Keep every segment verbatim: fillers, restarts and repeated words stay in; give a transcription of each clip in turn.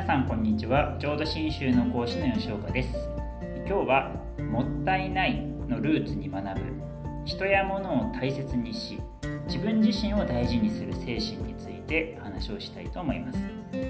さんこんにちは。浄土真宗の講師の吉岡です。今日はもったいないのルーツに学ぶ人や物を大切にし自分自身を大事にする精神について話をしたいと思います。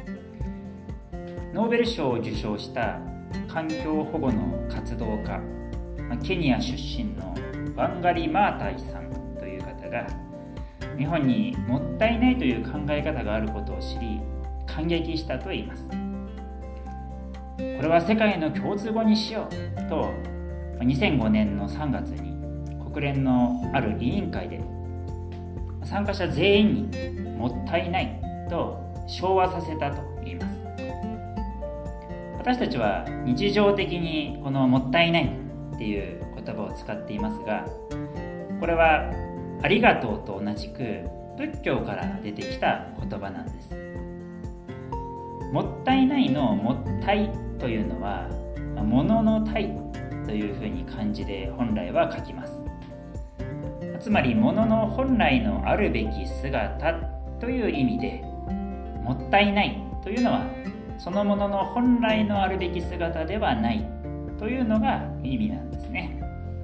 ノーベル賞を受賞した環境保護の活動家、ケニア出身のワンガリ・マータイさんという方が日本にもったいないという考え方があることを知り感激したと言います。これは世界の共通語にしようとにせんごねんのさんがつに国連のある委員会で参加者全員にもったいないと唱和させたと言います。私たちは日常的にこのもったいないっていう言葉を使っていますが、これはありがとうと同じく仏教から出てきた言葉なんです。もったいないのもったいというのは物の体というふうに漢字で本来は書きます。つまり物の本来のあるべき姿という意味で、もったいないというのはそのものの本来のあるべき姿ではないというのが意味なんですね。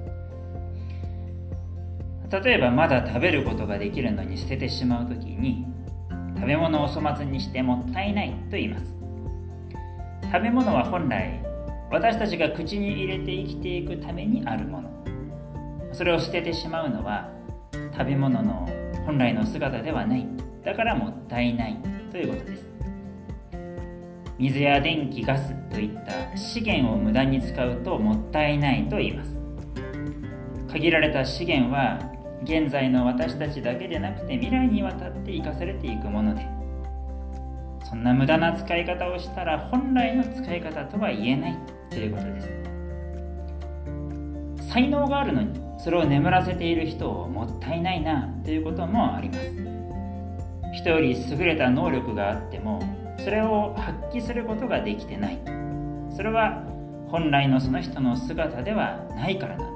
例えばまだ食べることができるのに捨ててしまうときに、食べ物を粗末にしてもったいないと言います。食べ物は本来私たちが口に入れて生きていくためにあるもの。それを捨ててしまうのは食べ物の本来の姿ではない。だからもったいないということです。水や電気、ガスといった資源を無駄に使うともったいないと言います。限られた資源は現在の私たちだけでなくて未来にわたって生かされていくもので、そんな無駄な使い方をしたら本来の使い方とは言えないということです。才能があるのにそれを眠らせている人をもったいないなということもあります。人より優れた能力があってもそれを発揮することができてない。それは本来のその人の姿ではないからなんです。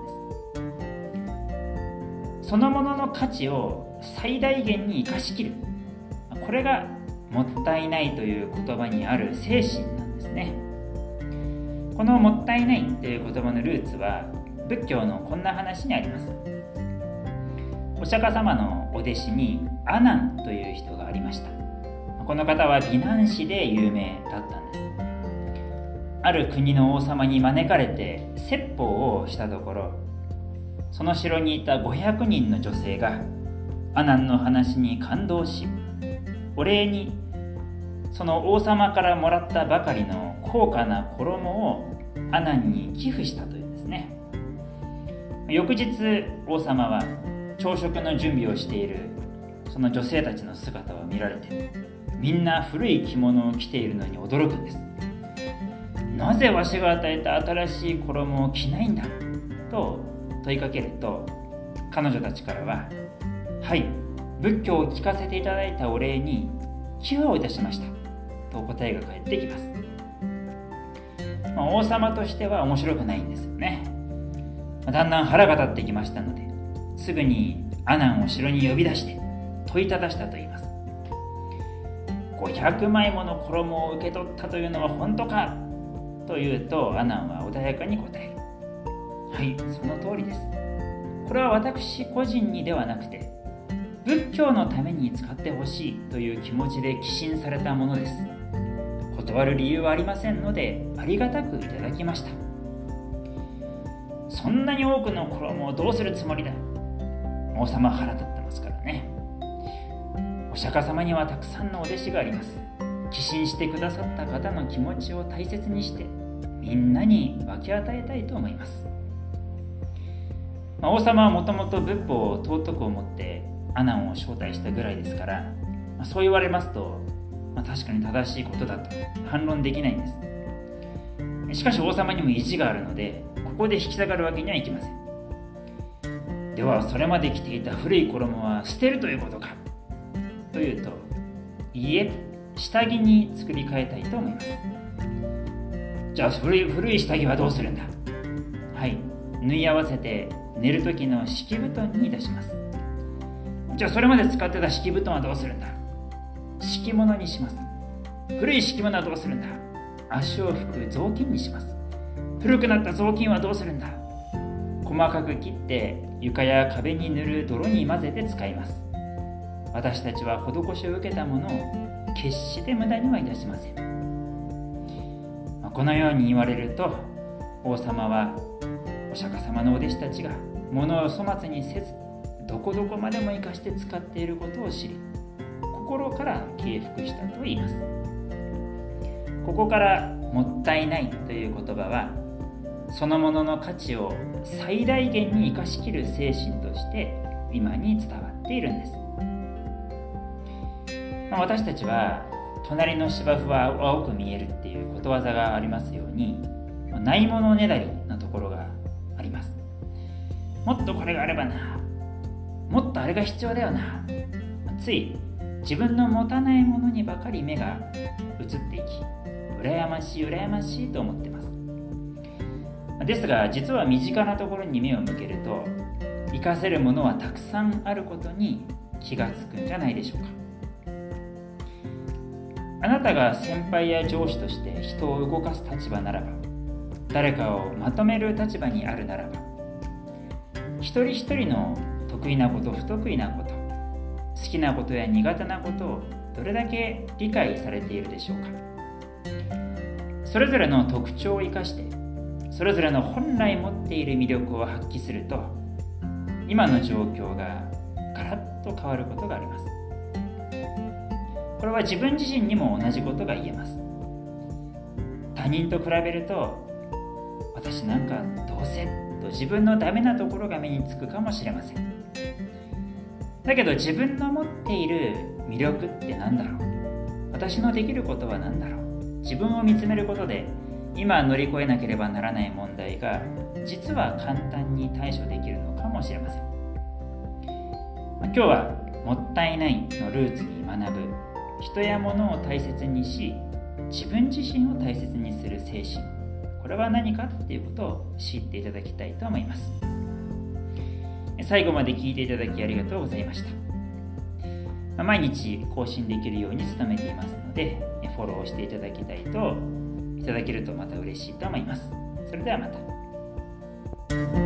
そのものの価値を最大限に生かしきる、これがもったいないという言葉にある精神なんですね。このもったいないという言葉のルーツは仏教のこんな話にあります。お釈迦様のお弟子に阿難という人がありました。この方は美男子で有名だったんです。ある国の王様に招かれて説法をしたところ、その城にいたごひゃくにんの女性が阿難の話に感動し、お礼にその王様からもらったばかりの高価な衣を阿難に寄付したというんですね。翌日王様は朝食の準備をしているその女性たちの姿を見られて、みんな古い着物を着ているのに驚くんです。なぜわしが与えた新しい衣を着ないんだと問いかけると、彼女たちからは、はい、仏教を聞かせていただいたお礼に寄付をいたしましたと答えが返ってきます。まあ、王様としては面白くないんですよね。まあ、だんだん腹が立ってきましたので、すぐに阿難を城に呼び出して問いただしたと言います。ごひゃくまいもの衣を受け取ったというのは本当かと言うと、阿難は穏やかに答える。はい、その通りです。これは私個人にではなくて仏教のために使ってほしいという気持ちで寄進されたものです。断る理由はありませんのでありがたくいただきました。そんなに多くの衣をどうするつもりだ。王様腹立ってますからね。お釈迦様にはたくさんのお弟子があります。寄進してくださった方の気持ちを大切にしてみんなに分け与えたいと思います。まあ、王様はもともと仏法を尊く思って阿難を招待したぐらいですから、まあ、そう言われますと、まあ、確かに正しいことだと反論できないんです。しかし王様にも意地があるので、ここで引き下がるわけにはいきません。ではそれまで着ていた古い衣は捨てるということかというと、いいえ、下着に作り変えたいと思います。じゃあ古い、古い下着はどうするんだ。はい、縫い合わせて寝る時の敷布団にいたします。じゃあそれまで使ってた敷布団はどうするんだ。敷物にします。古い敷物はどうするんだ。 足を拭く雑巾にします。古くなった雑巾はどうするんだ。細かく切って床や壁に塗る泥に混ぜて使います。私たちは施しを受けたものを決して無駄にはいたしません。このように言われると、王様はお釈迦様のお弟子たちが物を粗末にせず、どこどこまでも生かして使っていることを知り、心から敬服したと言います。ここからもったいないという言葉は、そのものの価値を最大限に生かしきる精神として今に伝わっているんです。まあ、私たちは隣の芝生は青く見えるっていうことわざがありますように、ないものねだりなところがあります。もっとこれがあればな、もっとあれが必要だよな、つい自分の持たないものにばかり目が移っていき、羨ましい羨ましいと思ってます。ですが実は身近なところに目を向けると、活かせるものはたくさんあることに気がつくんじゃないでしょうか。あなたが先輩や上司として人を動かす立場ならば、誰かをまとめる立場にあるならば、一人一人の得意なこと、不得意なこと、好きなことや苦手なことをどれだけ理解されているでしょうか。それぞれの特徴を生かして、それぞれの本来持っている魅力を発揮すると、今の状況がガラッと変わることがあります。これは自分自身にも同じことが言えます。他人と比べると、私なんかどうせと自分のダメなところが目につくかもしれません。だけど自分の持っている魅力って何だろう、私のできることは何だろう、自分を見つめることで今乗り越えなければならない問題が実は簡単に対処できるのかもしれません。今日はもったいないのルーツに学ぶ人や物を大切にし、自分自身を大切にする精神、これは何かっていうことを知っていただきたいと思います。最後まで聞いていただきありがとうございました。毎日更新できるように努めていますので、フォローしていただきたいといただけるとまた嬉しいと思います。それではまた。